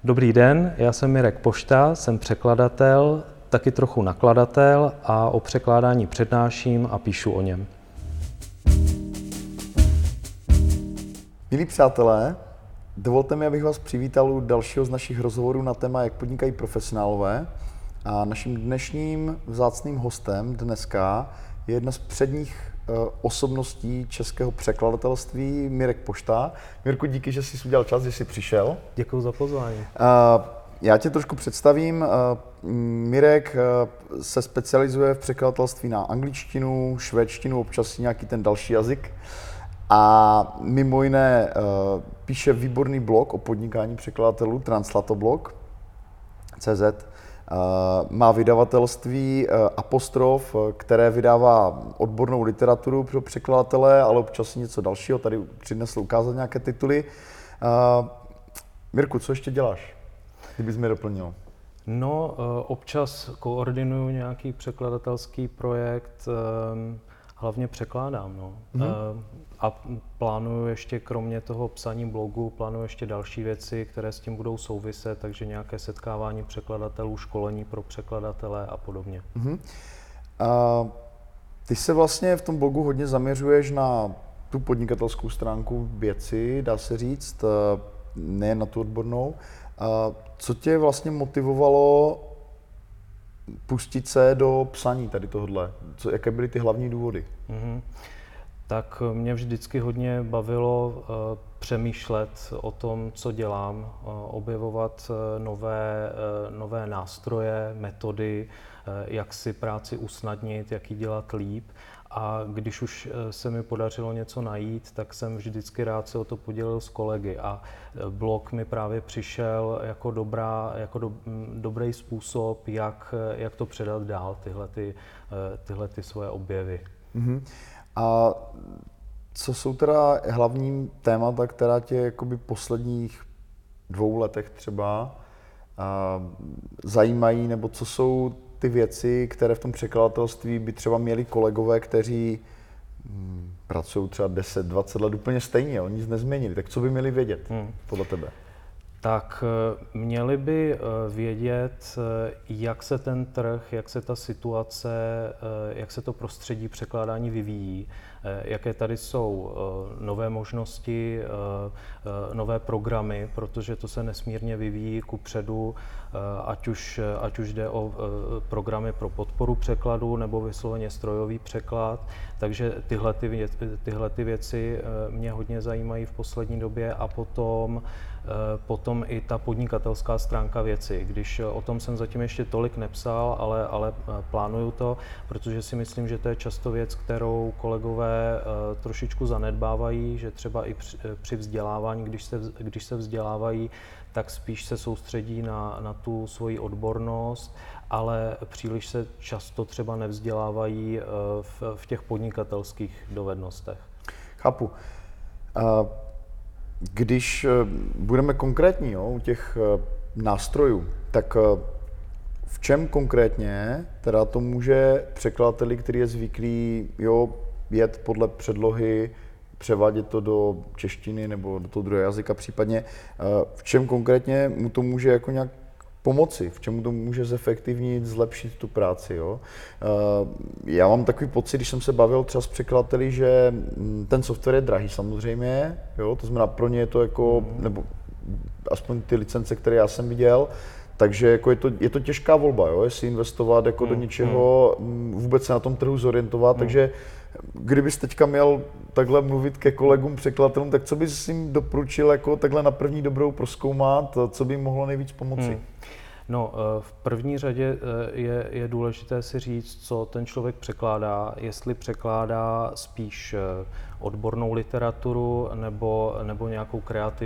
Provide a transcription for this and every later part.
Dobrý den, já jsem Mirek Pošta, jsem překladatel, taky trochu nakladatel a o překládání přednáším a píšu o něm. Milí přátelé, dovolte mi, abych vás přivítal u dalšího z našich rozhovorů na téma, jak podnikají profesionálové. A naším dnešním vzácným hostem dneska je jedna z předních osobností českého překladatelství, Mirek Pošta. Mirku, díky, že jsi udělal čas, že jsi přišel. Děkuji za pozvání. Já tě trošku představím. Mirek se specializuje v překladatelství na angličtinu, švédštinu, občas nějaký ten další jazyk. A mimo jiné píše výborný blog o podnikání překladatelů, translatoblog.cz. Má vydavatelství Apostrof, které vydává odbornou literaturu pro překladatele, ale občas něco dalšího. Tady přinesl ukázat nějaké tituly. Mirku, co ještě děláš, kdybys mě doplnil? No, občas koordinuju nějaký překladatelský projekt, hlavně překládám. No. A plánuju ještě, kromě toho psaní blogu, plánuju ještě další věci, které s tím budou souviset, takže nějaké setkávání překladatelů, školení pro překladatele a podobně. Ty se vlastně v tom blogu hodně zaměřuješ na tu podnikatelskou stránku věci, dá se říct, nejen na tu odbornou. Co tě vlastně motivovalo pustit se do psaní tady tohohle? Jaké byly ty hlavní důvody? Tak mě vždycky hodně bavilo přemýšlet o tom, co dělám, objevovat nové nástroje, metody, jak si práci usnadnit, jak ji dělat líp. A když už se mi podařilo něco najít, tak jsem vždycky rád se o to podělil s kolegy. A blog mi právě přišel jako dobrý způsob, jak to předat dál, tyhle svoje objevy. A co jsou teda hlavní témata, která tě jakoby posledních 2 letech třeba zajímají, nebo co jsou ty věci, které v tom překladatelství by třeba měli kolegové, kteří pracují třeba 10-20 let úplně stejně, oni nic nezměnili, tak co by měli vědět podle tebe? Tak měli by vědět, jak se ten trh, jak se ta situace, jak se to prostředí překládání vyvíjí, jaké tady jsou nové možnosti, nové programy, protože to se nesmírně vyvíjí kupředu, ať už jde o programy pro podporu překladu nebo vysloveně strojový překlad. Takže tyhle ty věci mě hodně zajímají v poslední době a potom i ta podnikatelská stránka věci. Když o tom jsem zatím ještě tolik nepsal, ale plánuju to, protože si myslím, že to je často věc, kterou kolegové trošičku zanedbávají, že třeba i při vzdělávání, když se vzdělávají, tak spíš se soustředí na tu svoji odbornost, ale příliš se často třeba nevzdělávají v těch podnikatelských dovednostech. Chápu. Když budeme konkrétní u těch nástrojů, tak v čem konkrétně teda to může překladateli, který je zvyklý jet podle předlohy, převádět to do češtiny nebo do toho druhého jazyka případně, v čem konkrétně mu to může jako nějak pomoci, v čem mu to může zefektivnit, zlepšit tu práci. Jo? Já mám takový pocit, když jsem se bavil třeba s překladateli, že ten software je drahý samozřejmě, jo? To znamená pro ně je to jako, nebo aspoň ty licence, které já jsem viděl, takže jako je to těžká volba, jo? Jestli investovat jako do něčeho, vůbec se na tom trhu zorientovat, takže kdybys teďka měl takhle mluvit ke kolegům překladatelům, tak co bys jim doporučil jako takhle na první dobrou prozkoumat, co by jim mohlo nejvíc pomoci? No, v první řadě je důležité si říct, co ten člověk překládá, jestli překládá spíš odbornou literaturu nebo nějakou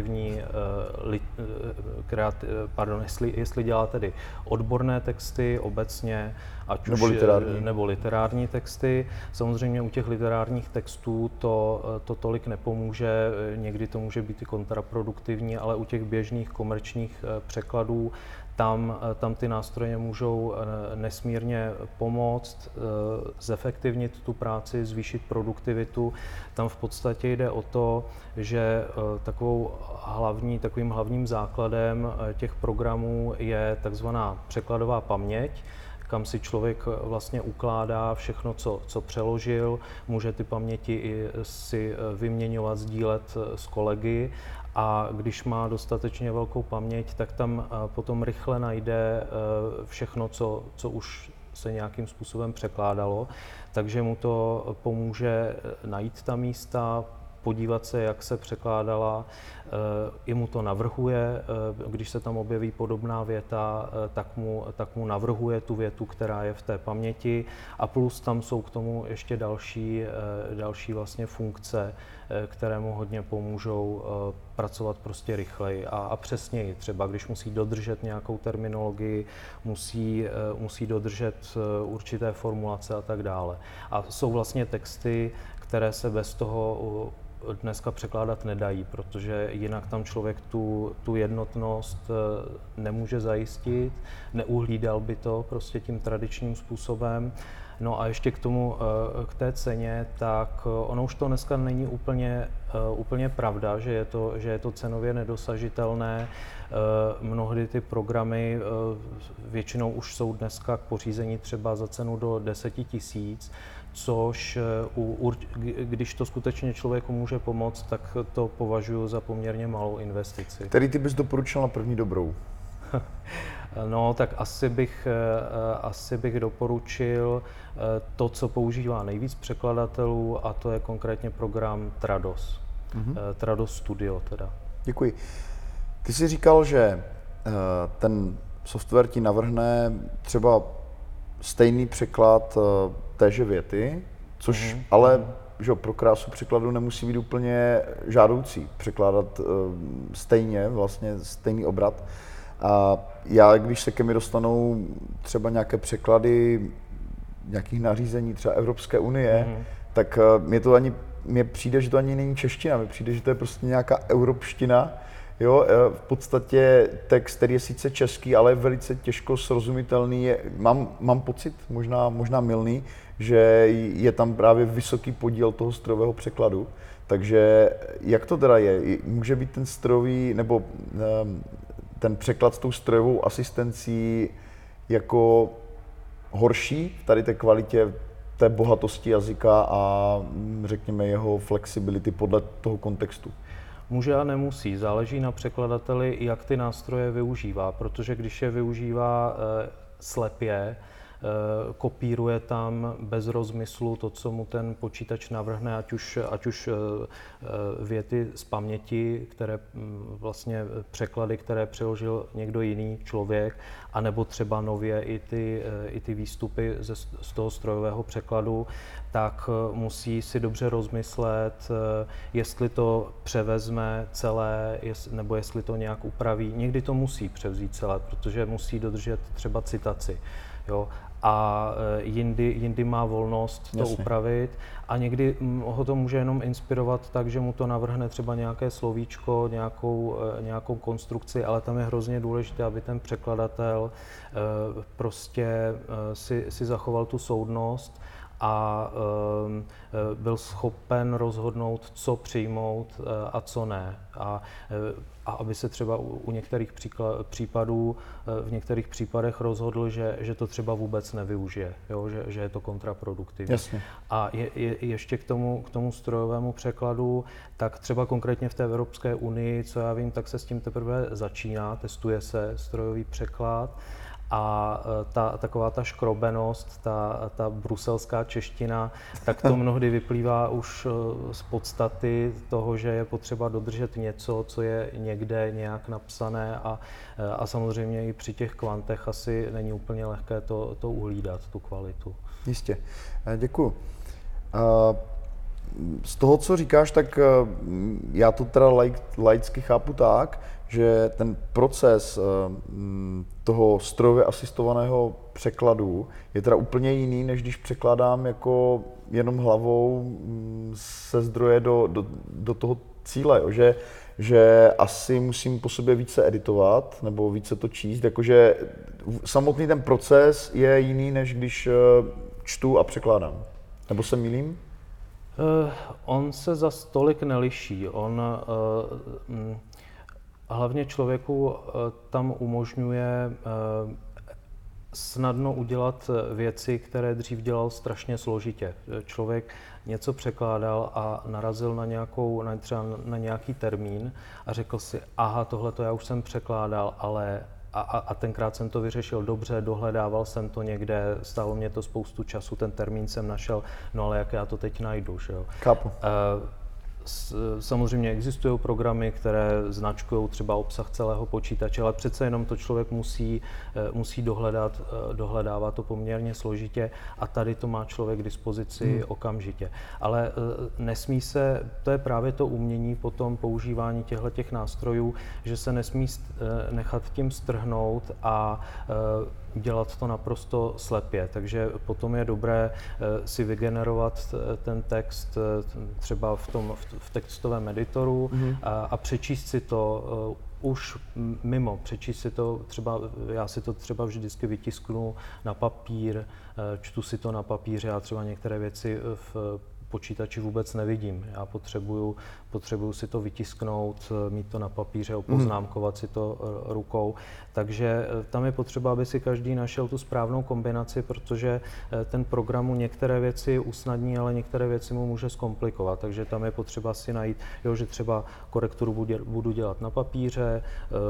jestli dělá tedy odborné texty obecně, ať nebo už literární. Nebo literární texty. Samozřejmě u těch literárních textů to tolik nepomůže, někdy to může být i kontraproduktivní, ale u těch běžných komerčních překladů tam ty nástroje můžou nesmírně pomoct, zefektivnit tu práci, zvýšit produktivitu. Tam v podstatě jde o to, že takovým hlavním základem těch programů je takzvaná překladová paměť, kam si člověk vlastně ukládá všechno, co přeložil, může ty paměti i si vyměňovat, sdílet s kolegy. A když má dostatečně velkou paměť, tak tam potom rychle najde všechno, co už se nějakým způsobem překládalo. Takže mu to pomůže najít ta místa, podívat se, jak se překládala, i mu to navrhuje, když se tam objeví podobná věta, tak mu navrhuje tu větu, která je v té paměti, a plus tam jsou k tomu ještě další vlastně funkce, které mu hodně pomůžou pracovat prostě rychleji a přesněji. Třeba když musí dodržet nějakou terminologii, musí dodržet určité formulace a tak dále. A jsou vlastně texty, které se bez toho dneska překládat nedají, protože jinak tam člověk tu jednotnost nemůže zajistit, neuhlídal by to prostě tím tradičním způsobem. No a ještě k té ceně, tak ono už to dneska není úplně pravda, že je to cenově nedosažitelné. Mnohdy ty programy většinou už jsou dneska k pořízení třeba za cenu do 10 000, což když to skutečně člověku může pomoct, tak to považuji za poměrně malou investici. Který ty bys doporučil na první dobrou? No, tak asi bych doporučil to, co používá nejvíc překladatelů, a to je konkrétně program Trados. Trados Studio teda. Děkuji. Ty jsi říkal, že ten software ti navrhne třeba stejný překlad téže věty, což ale že pro krásu překladu nemusí být úplně žádoucí překládat stejně, vlastně stejný obrat. A já, když se ke mně dostanou třeba nějaké překlady nějakých nařízení třeba Evropské unie, tak mně přijde, že to ani není čeština, mně přijde, že to je prostě nějaká evropština. Jo, v podstatě text, který je sice český, ale je velice těžko srozumitelný. Mám pocit, možná mylný, že je tam právě vysoký podíl toho strojového překladu. Takže jak to teda je? Může být ten strojový nebo ten překlad s tou strojovou asistencí jako horší v tady té kvalitě, té bohatosti jazyka a řekněme jeho flexibility podle toho kontextu? Může a nemusí, záleží na překladateli, jak ty nástroje využívá, protože když je využívá slepě, kopíruje tam bez rozmyslu to, co mu ten počítač navrhne, ať už věty z paměti, které vlastně překlady, které přeložil někdo jiný člověk, anebo třeba nově i ty výstupy z toho strojového překladu, tak musí si dobře rozmyslet, jestli to převezme celé, nebo jestli to nějak upraví. Někdy to musí převzít celé, protože musí dodržet třeba citaci. Jo? A jindy má volnost to upravit a někdy ho to může jenom inspirovat tak, že mu to navrhne třeba nějaké slovíčko, nějakou konstrukci, ale tam je hrozně důležité, aby ten překladatel prostě si zachoval tu soudnost a byl schopen rozhodnout, co přijmout a co ne. A aby se třeba u některých případů, v některých případech rozhodl, že to třeba vůbec nevyužije, jo? Že je to kontraproduktivní. Jasně. A ještě k tomu strojovému překladu, tak třeba konkrétně v té Evropské unii, co já vím, tak se s tím teprve začíná, testuje se strojový překlad. A taková ta škrobenost, ta bruselská čeština, tak to mnohdy vyplývá už z podstaty toho, že je potřeba dodržet něco, co je někde nějak napsané a samozřejmě i při těch kvantech asi není úplně lehké to uhlídat, tu kvalitu. Jistě, děkuju. Z toho, co říkáš, tak já to teda laicky chápu tak, že ten proces toho strojově asistovaného překladu je teda úplně jiný, než když překládám jako jenom hlavou se zdroje do toho cíle, jo, že asi musím po sobě více editovat nebo více to číst, jakože samotný ten proces je jiný, než když čtu a překládám. Nebo se mýlím? On se za tolik neliší. Hlavně člověku tam umožňuje snadno udělat věci, které dřív dělal strašně složitě. Člověk něco překládal a narazil třeba na nějaký termín a řekl si, aha, tohle to já už jsem překládal, ale a tenkrát jsem to vyřešil dobře, dohledával jsem to někde, stálo mě to spoustu času, ten termín jsem našel, no ale jak já to teď najdu, že jo? Chápu. Samozřejmě existují programy, které značkují třeba obsah celého počítače, ale přece jenom to člověk musí dohledávat to poměrně složitě a tady to má člověk k dispozici okamžitě. Ale nesmí se, to je právě to umění potom používání těchto nástrojů, že se nesmí nechat tím strhnout a dělat to naprosto slepě, takže potom je dobré si vygenerovat ten text třeba v textovém editoru a přečíst si to už přečíst si to třeba, já si to třeba vždycky vytisknu na papír, čtu si to na papíře, já třeba některé věci v počítači vůbec nevidím. Já potřebuju si to vytisknout, mít to na papíře, opoznámkovat si to rukou. Takže tam je potřeba, aby si každý našel tu správnou kombinaci, protože ten program mu některé věci usnadní, ale některé věci mu může zkomplikovat. Takže tam je potřeba si najít, že třeba korekturu budu dělat na papíře,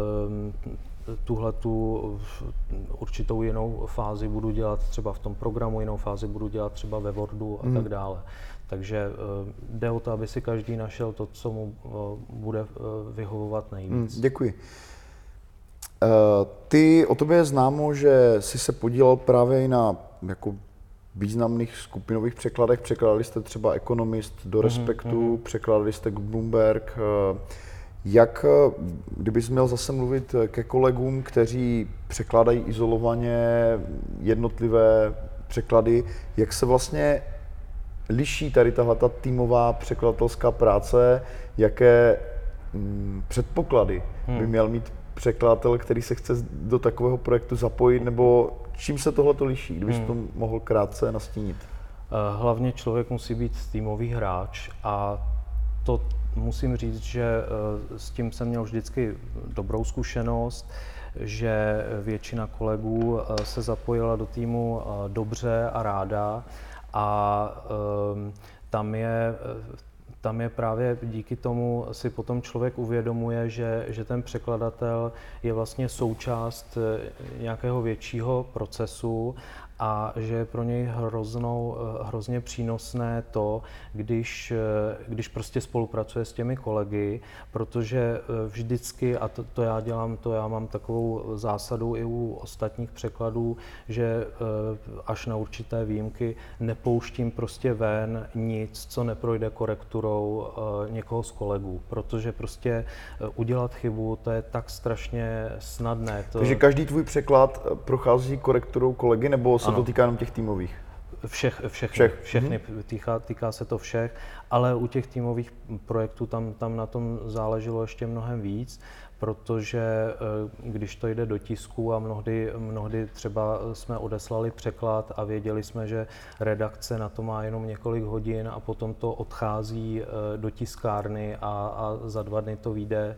tuhletu určitou jinou fázi budu dělat třeba v tom programu, jinou fázi budu dělat třeba ve Wordu a tak dále. Takže jde o to, aby si každý našel to, co mu bude vyhovovat nejvíc. Děkuji. O tobě je známo, že jsi se podílel právě i na jako významných skupinových překladech. Překládali jste třeba Economist do Respektu, překládali jste k Bloomberg. Kdybys měl zase mluvit ke kolegům, kteří překládají izolovaně jednotlivé překlady, jak se vlastně liší tady tahleta týmová překladatelská práce, jaké předpoklady by měl mít překladatel, který se chce do takového projektu zapojit, nebo čím se tohleto liší, kdybys to mohl krátce nastínit? Hlavně člověk musí být týmový hráč a to musím říct, že s tím jsem měl vždycky dobrou zkušenost, že většina kolegů se zapojila do týmu dobře a ráda a tam je právě díky tomu si potom člověk uvědomuje, že ten překladatel je vlastně součást nějakého většího procesu a že je pro něj hrozně přínosné to, když prostě spolupracuje s těmi kolegy, protože vždycky, a to já dělám, to já mám takovou zásadu i u ostatních překladů, že až na určité výjimky nepouštím prostě ven nic, co neprojde korekturou někoho z kolegů, protože prostě udělat chybu, to je tak strašně snadné. Takže každý tvůj překlad prochází korekturou kolegy, nebo se to týká jenom těch týmových? Všechny. Týká se to všech, ale u těch týmových projektů tam na tom záleželo ještě mnohem víc, protože když to jde do tisku a mnohdy třeba jsme odeslali překlad a věděli jsme, že redakce na to má jenom několik hodin a potom to odchází do tiskárny a za 2 dny to vyjde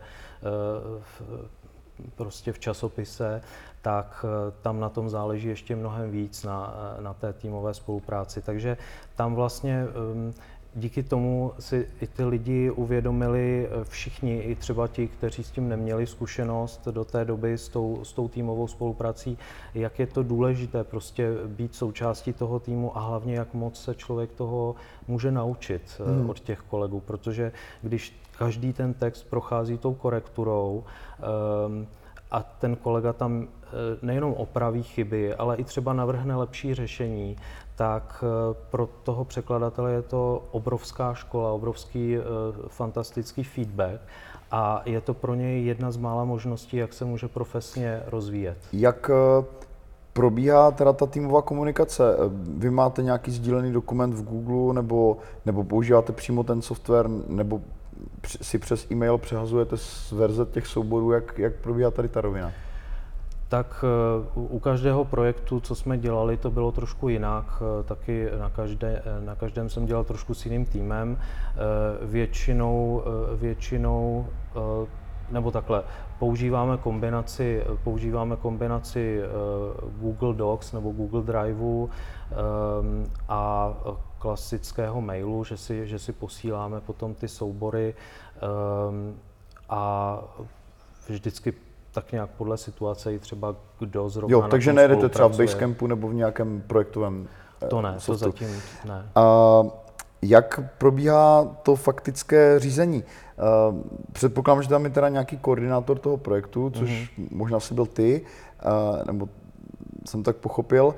prostě v časopise, tak tam na tom záleží ještě mnohem víc na té týmové spolupráci. Takže tam vlastně díky tomu si i ty lidi uvědomili všichni, i třeba ti, kteří s tím neměli zkušenost do té doby s tou týmovou spoluprací, jak je to důležité prostě být součástí toho týmu a hlavně jak moc se člověk toho může naučit od těch kolegů, protože když každý ten text prochází tou korekturou, a ten kolega tam nejenom opraví chyby, ale i třeba navrhne lepší řešení, tak pro toho překladatele je to obrovská škola, obrovský fantastický feedback a je to pro něj jedna z mála možností, jak se může profesně rozvíjet. Jak probíhá teda ta týmová komunikace? Vy máte nějaký sdílený dokument v Google nebo používáte přímo ten software, nebo si přes e-mail přehazujete z verze těch souborů, jak probíhá tady ta rovina? Tak u každého projektu, co jsme dělali, to bylo trošku jinak. Taky na každém jsem dělal trošku s jiným týmem. Většinou nebo takhle, používáme kombinaci Google Docs nebo Google Driveu a klasického mailu, že si posíláme potom ty soubory a vždycky tak nějak podle situace i třeba kdo zrovna na takže tom nejedete třeba v spolupracuje. Basecampu nebo v nějakém projektovém To ne, softu. to zatím ne. A jak probíhá to faktické řízení? Předpokládám, že tam je teda nějaký koordinátor toho projektu, což možná si byl ty, nebo jsem tak pochopil.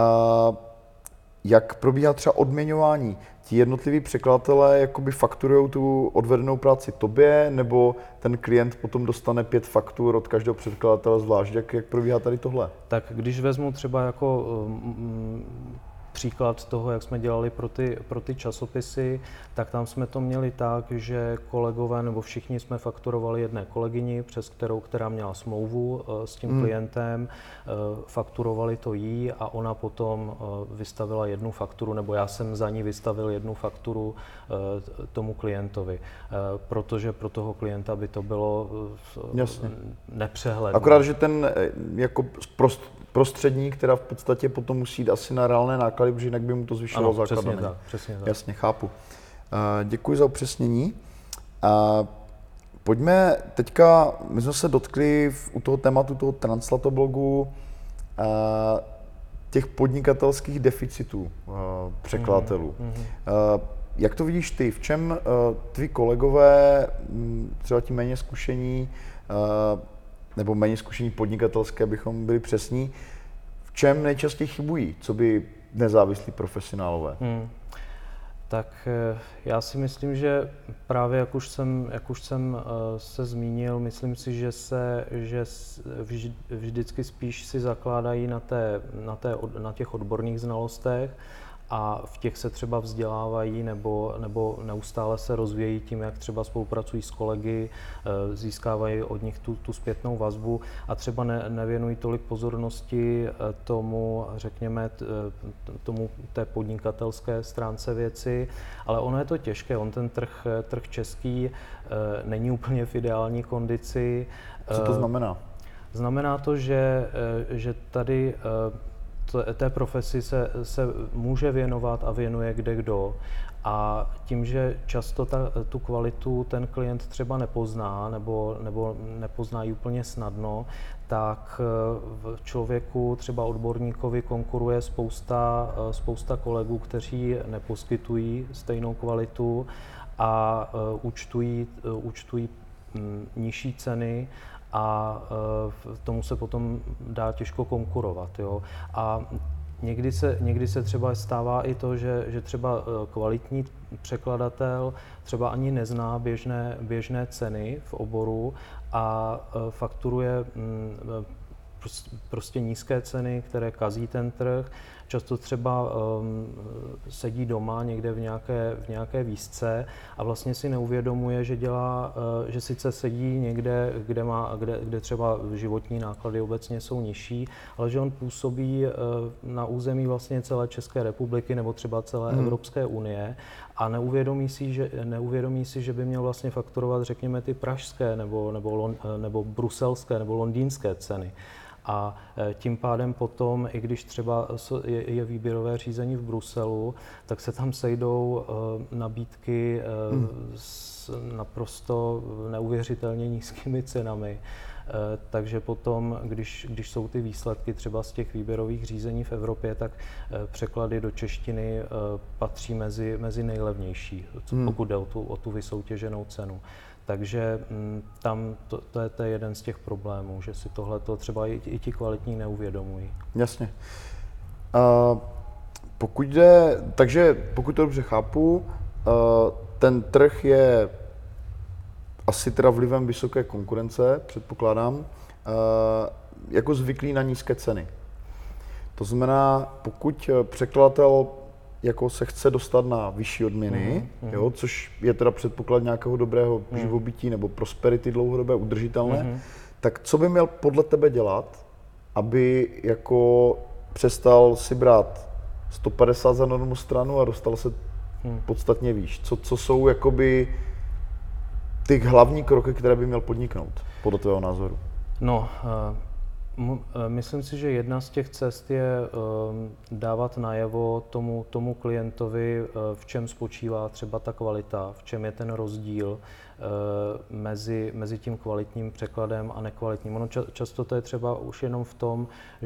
Jak probíhá třeba odměňování? Ti jednotliví překladatelé jakoby fakturujou tu odvedenou práci tobě, nebo ten klient potom dostane 5 faktur od každého překladatele zvlášť? Jak probíhá tady tohle? Tak když vezmu třeba jako příklad toho, jak jsme dělali pro ty časopisy, tak tam jsme to měli tak, že kolegové nebo všichni jsme fakturovali jedné kolegyni, která měla smlouvu s tím klientem, fakturovali to jí a ona potom vystavila jednu fakturu, nebo já jsem za ní vystavil jednu fakturu tomu klientovi, protože pro toho klienta by to bylo nepřehledné. Akorát, že ten jako prostředník, která v podstatě potom musí jít asi na reálné náklady, protože jinak by mu to zvyšovalo základ. Přesně tak. Jasně, chápu. Děkuji za upřesnění. Pojďme teďka, my jsme se dotkli u toho tématu toho Translatoblogu těch podnikatelských deficitů překladatelů. Jak to vidíš ty? V čem tví kolegové, třeba ti méně zkušení, nebo méně zkušení podnikatelské, abychom byli přesní, v čem nejčastěji chybují, co by nezávislí profesionálové? Tak já si myslím, že právě jak už jsem se zmínil, myslím si, že vždycky spíš si zakládají na těch odborných znalostech a v těch se třeba vzdělávají nebo neustále se rozvíjejí tím, jak třeba spolupracují s kolegy, získávají od nich tu zpětnou vazbu a třeba nevěnují tolik pozornosti tomu, řekněme, té podnikatelské stránce věci, ale ono je to těžké, ten trh český není úplně v ideální kondici. Co to znamená? Znamená to, že tady té profesi se může věnovat a věnuje kdekdo. A tím, že často tu kvalitu ten klient třeba nepozná nebo nepozná ji úplně snadno, tak v člověku, třeba odborníkovi, konkuruje spousta kolegů, kteří neposkytují stejnou kvalitu a účtují nižší ceny a tomu se potom dá těžko konkurovat. Jo. A někdy se třeba stává i to, že třeba kvalitní překladatel třeba ani nezná běžné ceny v oboru a fakturuje prostě nízké ceny, které kazí ten trh. Často třeba sedí doma někde v nějaké výšce a vlastně si neuvědomuje, že sice sedí někde, kde třeba životní náklady obecně jsou nižší, ale že on působí na území vlastně celé České republiky nebo třeba celé Evropské unie a neuvědomí si, že by měl vlastně fakturovat, řekněme, ty pražské nebo bruselské nebo londýnské ceny. A tím pádem potom, i když třeba je výběrové řízení v Bruselu, tak se tam sejdou nabídky s naprosto neuvěřitelně nízkými cenami. Takže potom, když jsou ty výsledky třeba z těch výběrových řízení v Evropě, tak překlady do češtiny patří mezi nejlevnější, pokud jde o tu vysoutěženou cenu. Takže tam to je jeden z těch problémů, že si tohleto třeba i ti kvalitní neuvědomují. Jasně. Pokud to dobře chápu, ten trh je asi teda vlivem vysoké konkurence, předpokládám, jako zvyklý na nízké ceny. To znamená, pokud překladatel jako se chce dostat na vyšší odměny, jo, což je teda předpoklad nějakého dobrého živobytí nebo prosperity dlouhodobé, udržitelné, tak co by měl podle tebe dělat, aby jako přestal si brát 150 za normu stranu a dostal se podstatně výš? Co jsou jakoby ty hlavní kroky, které by měl podniknout, podle tvého názoru? No, myslím si, že jedna z těch cest je dávat najevo tomu klientovi, v čem spočívá třeba ta kvalita, v čem je ten rozdíl mezi tím kvalitním překladem a nekvalitním. Ono často to je třeba už jenom v tom,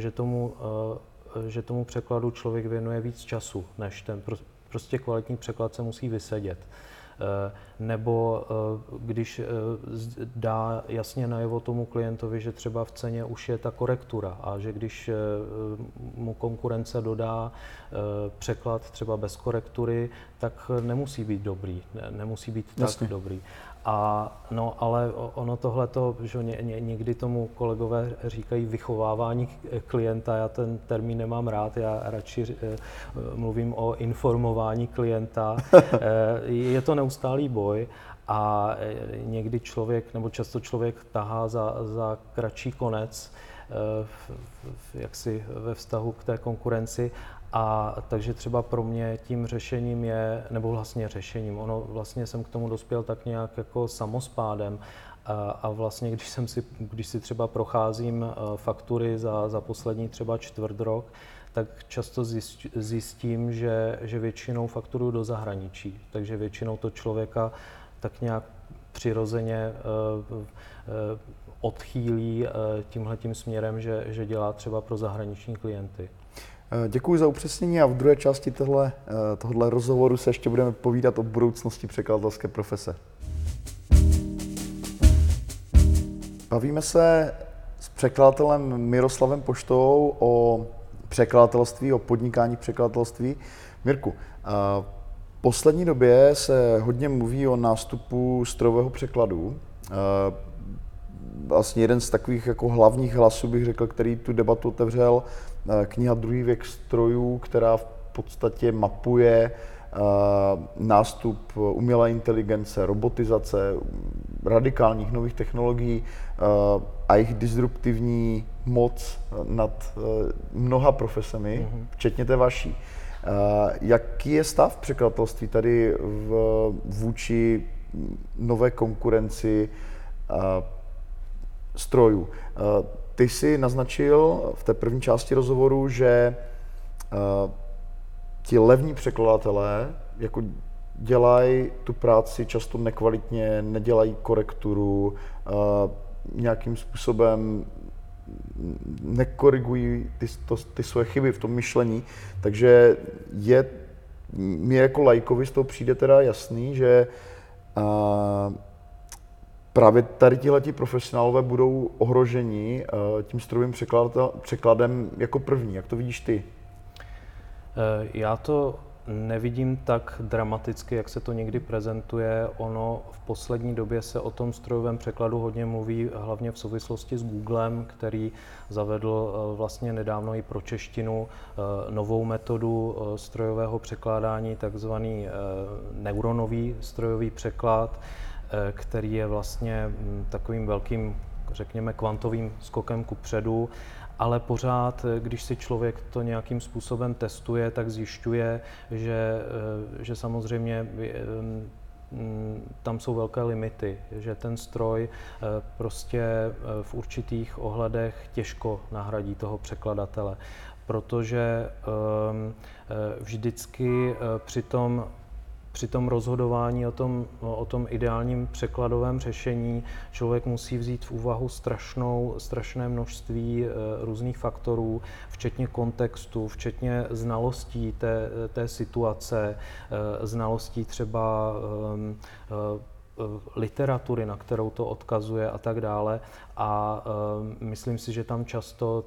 že tomu překladu člověk věnuje víc času, než ten prostě kvalitní překlad se musí vysedět. Nebo když dá jasně najevo tomu klientovi, že třeba v ceně už je ta korektura a že když mu konkurence dodá překlad třeba bez korektury, tak nemusí být dobrý, nemusí být tak dobrý. No, ale ono tohleto, že někdy tomu kolegové říkají vychovávání klienta, já ten termín nemám rád, já radši mluvím o informování klienta. Je to neustálý boj a někdy člověk, nebo často člověk tahá za kratší konec jaksi ve vztahu k té konkurenci. A takže třeba pro mě tím řešením je, nebo vlastně řešením, ono vlastně jsem k tomu dospěl tak nějak jako samospádem a vlastně když si třeba procházím faktury za poslední třeba čtvrt rok, tak často zjistím, že většinou fakturuju do zahraničí, takže většinou to člověka tak nějak přirozeně odchýlí tímhletím směrem, že dělá třeba pro zahraniční klienty. Děkuji za upřesnění a v druhé části tohle rozhovoru se ještě budeme povídat o budoucnosti překladatelské profese. Bavíme se s překladatelem Miroslavem Poštou o překladatelství, o podnikání překladatelství. Mirku, v poslední době se hodně mluví o nástupu strojového překladu. Vlastně jeden z takových jako hlavních hlasů, bych řekl, který tu debatu otevřel, kniha Druhý věk strojů, která v podstatě mapuje nástup umělé inteligence, robotizace, radikálních nových technologií a jejich disruptivní moc nad mnoha profesemi, včetně té vaší. Jaký je stav překladatelství tady vůči nové konkurenci strojů? Ty jsi naznačil v té první části rozhovoru, že ti levní překladatelé jako dělají tu práci často nekvalitně, nedělají korekturu, nějakým způsobem nekorigují ty svoje chyby v tom myšlení. Takže mě jako laikovi z toho přijde teda jasný, že právě tady tihleti profesionálové budou ohroženi tím strojovým překladem jako první. Jak to vidíš ty? Já to nevidím tak dramaticky, jak se to někdy prezentuje. Ono v poslední době se o tom strojovém překladu hodně mluví, hlavně v souvislosti s Googlem, který zavedl vlastně nedávno i pro češtinu novou metodu strojového překládání, takzvaný neuronový strojový překlad, který je vlastně takovým velkým, řekněme, kvantovým skokem kupředu, ale pořád, když si člověk to nějakým způsobem testuje, tak zjišťuje, že samozřejmě tam jsou velké limity, že ten stroj prostě v určitých ohledech těžko nahradí toho překladatele, protože vždycky při tom rozhodování o tom ideálním překladovém řešení člověk musí vzít v úvahu strašné množství různých faktorů, včetně kontextu, včetně znalostí té situace, znalostí třeba literatury, na kterou to odkazuje a tak dále. A myslím si, že tam často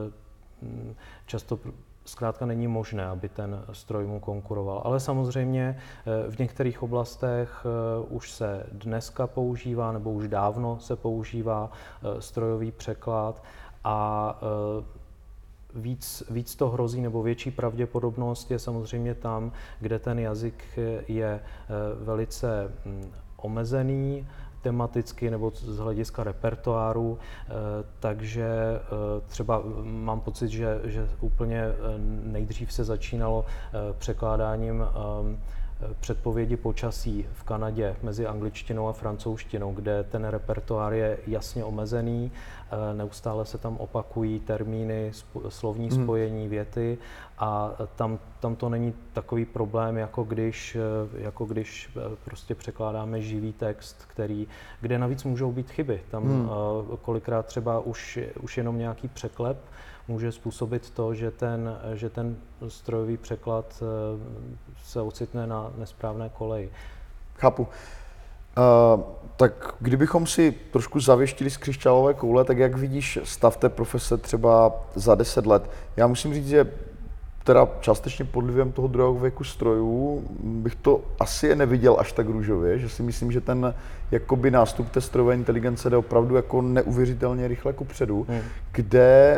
zkrátka není možné, aby ten stroj mu konkuroval. Ale samozřejmě v některých oblastech už se dneska používá, nebo už dávno se používá strojový překlad a víc to hrozí, nebo větší pravděpodobnost je samozřejmě tam, kde ten jazyk je velice omezený tematicky nebo z hlediska repertoáru, takže třeba mám pocit, že úplně nejdřív se začínalo překládáním předpovědi počasí v Kanadě mezi angličtinou a francouzštinou, kde ten repertoár je jasně omezený, neustále se tam opakují termíny, slovní spojení, věty a tam to není takový problém, jako když prostě překládáme živý text, kde navíc můžou být chyby. Tam kolikrát třeba už jenom nějaký překlep může způsobit to, že ten strojový překlad se ocitne na nesprávné koleji. Chápu. Tak kdybychom si trošku zavěštili z křišťálové koule, tak jak vidíš stav té profese třeba za 10 let? Já musím říct, že teda částečně pod vlivem toho druhého věku strojů bych to asi neviděl až tak růžově, že si myslím, že ten jakoby nástup té strojové inteligence jde opravdu jako neuvěřitelně rychle kupředu, kde,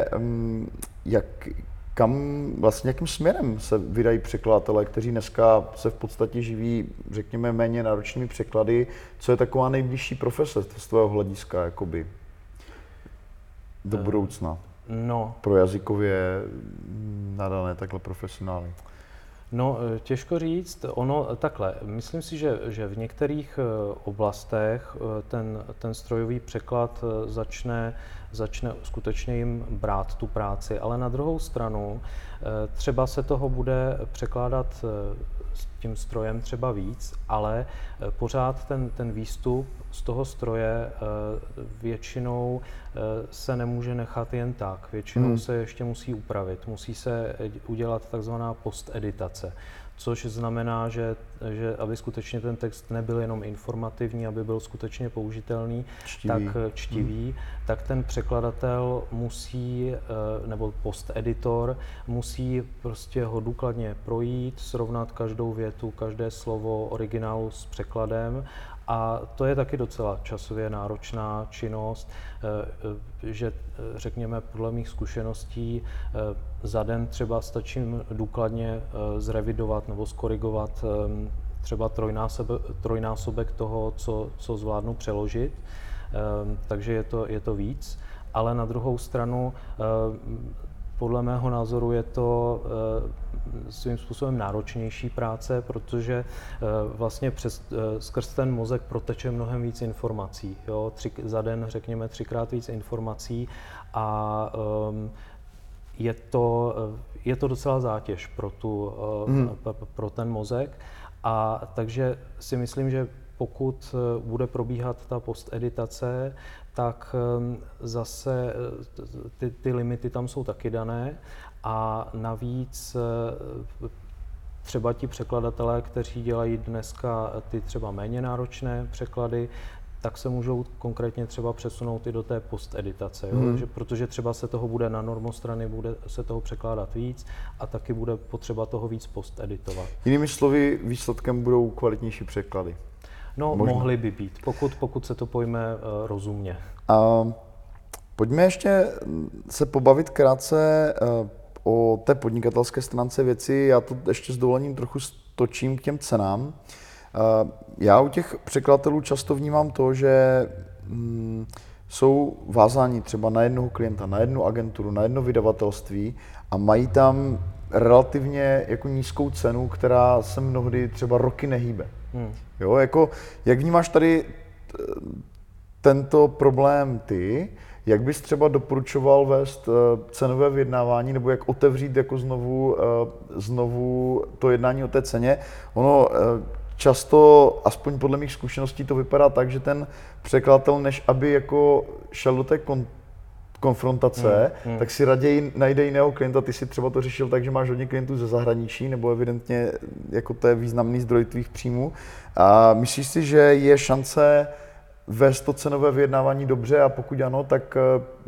jakým směrem se vydají překladatelé, kteří dneska se v podstatě živí, řekněme, méně náročnými překlady, co je taková nejbližší profese z tvého hlediska, jakoby, do budoucna? No. Pro jazykově nadané takhle profesionály. No, těžko říct. Takhle, myslím si, že v některých oblastech ten strojový překlad začne skutečně jim brát tu práci, ale na druhou stranu třeba se toho bude překládat s tím strojem třeba víc, ale pořád ten výstup z toho stroje většinou se nemůže nechat jen tak. Většinou se ještě musí upravit, musí se udělat takzvaná posteditace, což znamená, že aby skutečně ten text nebyl jenom informativní, aby byl skutečně použitelný, čtivý, tak ten překladatel musí, nebo posteditor musí prostě ho důkladně projít, srovnat každou větu, každé slovo originálu s překladem. A to je taky docela časově náročná činnost, že řekněme podle mých zkušeností za den třeba stačí důkladně zrevidovat nebo skorigovat třeba trojnásobek toho, co zvládnu přeložit, takže je to víc, ale na druhou stranu podle mého názoru je to svým způsobem náročnější práce, protože vlastně skrz ten mozek proteče mnohem víc informací. Jo? Za den řekněme 3krát víc informací a je to docela zátěž pro ten mozek. A takže si myslím, že pokud bude probíhat ta posteditace, tak zase ty limity tam jsou taky dané a navíc třeba ti překladatelé, kteří dělají dneska ty třeba méně náročné překlady, tak se můžou konkrétně třeba přesunout i do té posteditace, protože třeba se toho bude na normostrany, bude se toho překládat víc a taky bude potřeba toho víc posteditovat. Jinými slovy, výsledkem budou kvalitnější překlady. No, mohly by být, pokud se to pojme rozumně. Pojďme ještě se pobavit krátce o té podnikatelské stránce věci. Já to ještě s dovolením trochu stočím k těm cenám. Já u těch překladatelů často vnímám to, že jsou vázáni třeba na jednoho klienta, na jednu agenturu, na jedno vydavatelství a mají tam relativně jako nízkou cenu, která se mnohdy třeba roky nehýbe. Jo, jako, jak vnímáš tady tento problém ty? Jak bys třeba doporučoval vést cenové vyjednávání nebo jak otevřít jako znovu to jednání o té ceně? Ono často, aspoň podle mých zkušeností, to vypadá tak, že ten překladatel, než aby jako šel do té konfrontace, tak si raději najde jiného klienta. Ty si třeba to řešil tak, že máš hodně klientů ze zahraničí, nebo evidentně jako to je významný zdroj tvých příjmů. A myslíš si, že je šance vést to cenové vyjednávání dobře a pokud ano, tak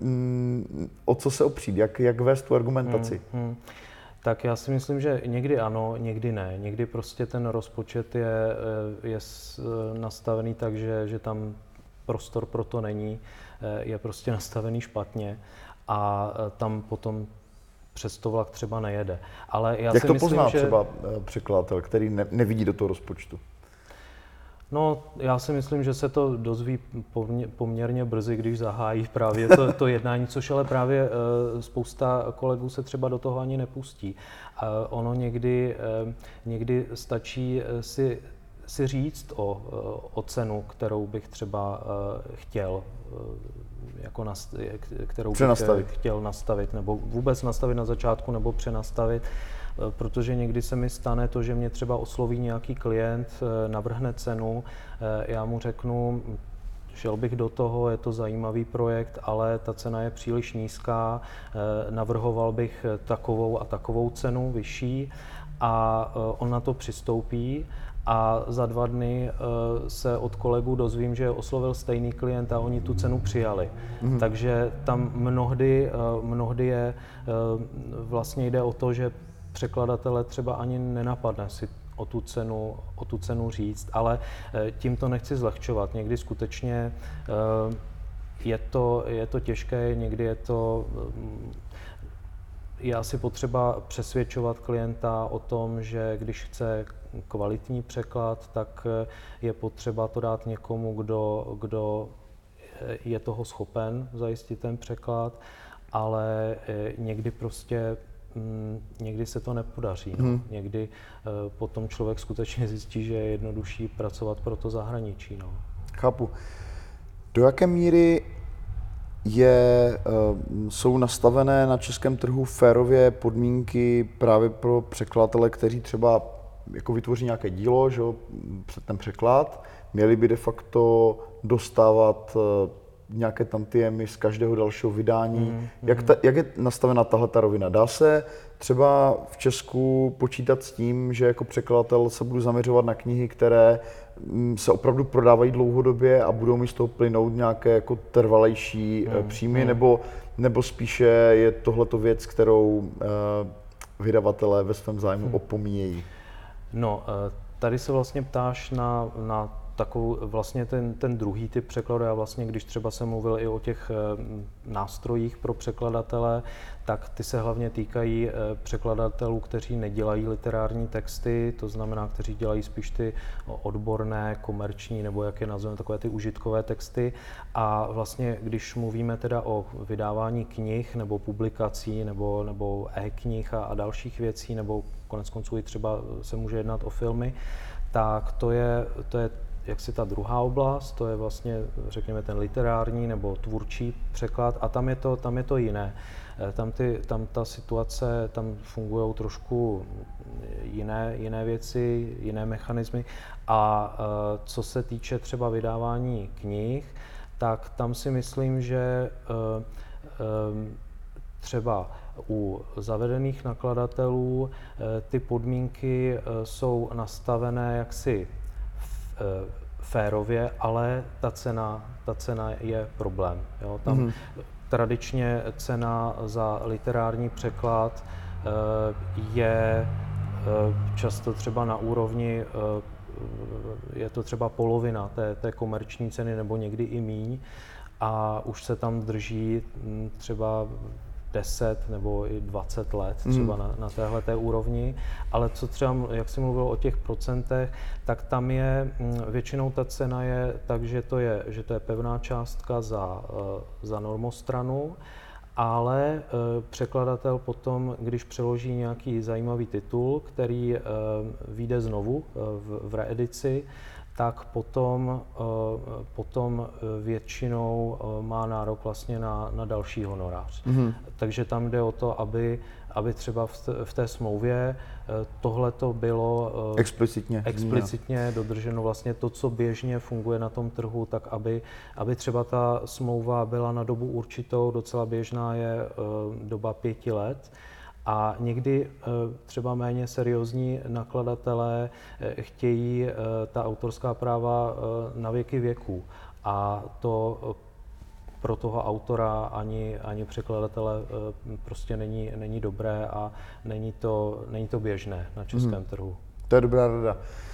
o co se opřít? Jak vést tu argumentaci? Tak já si myslím, že někdy ano, někdy ne. Někdy prostě ten rozpočet je nastavený tak, že tam prostor pro to není, je prostě nastavený špatně a tam potom přesto vlak třeba nejede. Ale já Jak si to myslím, pozná že... třeba překladatel, který nevidí do toho rozpočtu? No, já si myslím, že se to dozví poměrně brzy, když zahájí právě to jednání, což ale právě spousta kolegů se třeba do toho ani nepustí. Ono někdy stačí si říct o cenu, kterou bych třeba chtěl, kterou bych chtěl nastavit, nebo vůbec nastavit na začátku, nebo přenastavit. Protože někdy se mi stane to, že mě třeba osloví nějaký klient, navrhne cenu, já mu řeknu, šel bych do toho, je to zajímavý projekt, ale ta cena je příliš nízká, navrhoval bych takovou a takovou cenu, vyšší, a on na to přistoupí. A za 2 dny se od kolegů dozvím, že oslovil stejný klient a oni tu cenu přijali. Takže tam mnohdy je, vlastně jde o to, že překladatele třeba ani nenapadne si o tu cenu říct, ale tím to nechci zlehčovat. Někdy skutečně je to těžké, někdy je asi potřeba přesvědčovat klienta o tom, že když chce kvalitní překlad, tak je potřeba to dát někomu, kdo je toho schopen zajistit ten překlad, ale někdy se to nepodaří. No. Někdy potom člověk skutečně zjistí, že je jednodušší pracovat pro to zahraničí. No. Chápu. Do jaké míry jsou nastavené na českém trhu férově podmínky právě pro překladatele, kteří třeba jako vytvoří nějaké dílo, že, před ten překlad, měli by de facto dostávat nějaké tantiemy z každého dalšího vydání. Jak je nastavena tahleta rovina? Dá se třeba v Česku počítat s tím, že jako překladatel se budu zaměřovat na knihy, které se opravdu prodávají dlouhodobě a budou mi z toho plynout nějaké jako trvalejší příjmy, nebo spíše je tohleto věc, kterou vydavatelé ve svém zájmu opomíjejí? No, tady se vlastně ptáš na takovou vlastně ten druhý typ překladu. Já vlastně, když třeba jsem mluvil i o těch nástrojích pro překladatele, tak ty se hlavně týkají překladatelů, kteří nedělají literární texty, to znamená, kteří dělají spíš ty odborné, komerční, nebo jak je nazveme, takové ty užitkové texty. A vlastně, když mluvíme teda o vydávání knih nebo publikací nebo e-knih a dalších věcí, nebo koneckonců i třeba se může jednat o filmy, tak to je jaksi ta druhá oblast, to je vlastně, řekněme, ten literární nebo tvůrčí překlad, a tam je to jiné. Tam ta situace, tam fungují trošku jiné věci, jiné mechanismy. A co se týče třeba vydávání knih, tak tam si myslím, že třeba u zavedených nakladatelů ty podmínky jsou nastavené jaksi férově, ale ta cena je problém. Jo? Tam tradičně cena za literární překlad je často třeba na úrovni, je to třeba polovina té komerční ceny nebo někdy i míň, a už se tam drží třeba 10 nebo i 20 let třeba na téhleté úrovni, ale co třeba, jak jsi mluvil o těch procentech, tak tam je většinou ta cena je tak, že to je pevná částka za normostranu, ale překladatel potom, když přeloží nějaký zajímavý titul, který vyjde znovu v reedici, tak potom většinou má nárok vlastně na další honorář. Takže tam jde o to, aby třeba v té smlouvě tohleto bylo explicitně dodrženo, vlastně to, co běžně funguje na tom trhu, tak aby třeba ta smlouva byla na dobu určitou, docela běžná je doba 5 let, a někdy třeba méně seriózní nakladatelé chtějí ta autorská práva na věky věků, a to pro toho autora ani překladatele prostě není dobré a není to běžné na českém trhu. To je dobrá rada.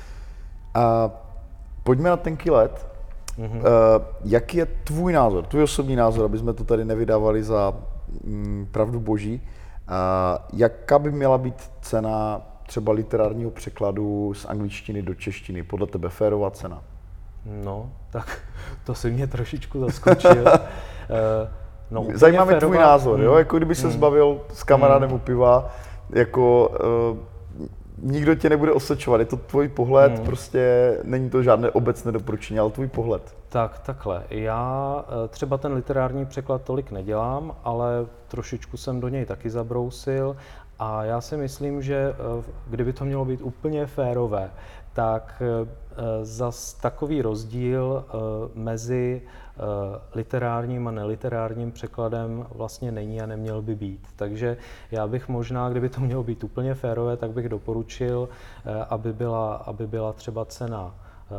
Pojďme na tenký led. Jaký je tvůj názor, tvůj osobní názor, aby jsme to tady nevydávali za pravdu boží, Jaká by měla být cena třeba literárního překladu z angličtiny do češtiny? Podle tebe férová cena? No, tak to si mě trošičku zaskočil. No, zajímá mě tvůj názor, jo? Jako kdyby se zbavil s kamarádem u piva, jako nikdo tě nebude osočovat, je to tvůj pohled, prostě není to žádné obecné doporučení, ale tvůj pohled. Tak, takhle. Já třeba ten literární překlad tolik nedělám, ale trošičku jsem do něj taky zabrousil a já si myslím, že kdyby to mělo být úplně férové, tak zas takový rozdíl mezi literárním a neliterárním překladem vlastně není a neměl by být. Takže já bych možná, kdyby to mělo být úplně férové, tak bych doporučil, aby byla třeba cena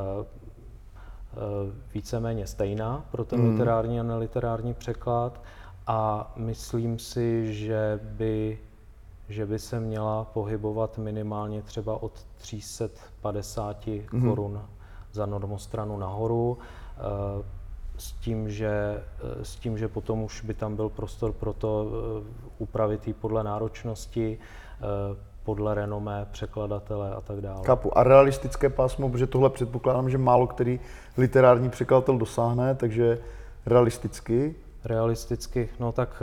víceméně stejná pro ten literární a neliterární překlad a myslím si, že by se měla pohybovat minimálně třeba od 350 korun za normostranu nahoru, s tím, že potom už by tam byl prostor pro to upravit ji podle náročnosti, podle renomé překladatele a tak dále. Chápu. A realistické pásmo, protože tohle předpokládám, že málo který literární překladatel dosáhne, takže realisticky? No tak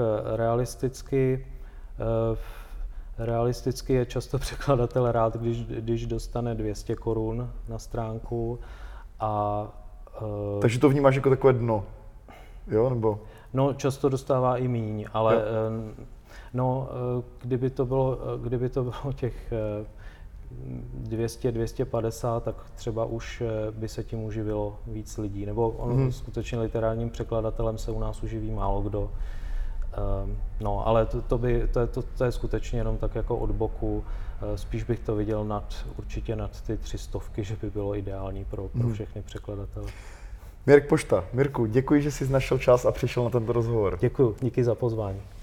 realisticky je často překladatel rád, když dostane 200 korun na stránku a... Takže to vnímáš jako takové dno, jo, nebo? No, často dostává i míň, ale no, kdyby to bylo těch 200, 250, tak třeba už by se tím uživilo víc lidí. Nebo skutečně literárním překladatelem se u nás uživí málo kdo. No, ale to je skutečně jenom tak jako od boku. Spíš bych to viděl určitě nad ty 300, že by bylo ideální pro všechny překladatele. Mirek Pošta. Mirku, děkuji, že jsi našel čas a přišel na tento rozhovor. Děkuji, díky za pozvání.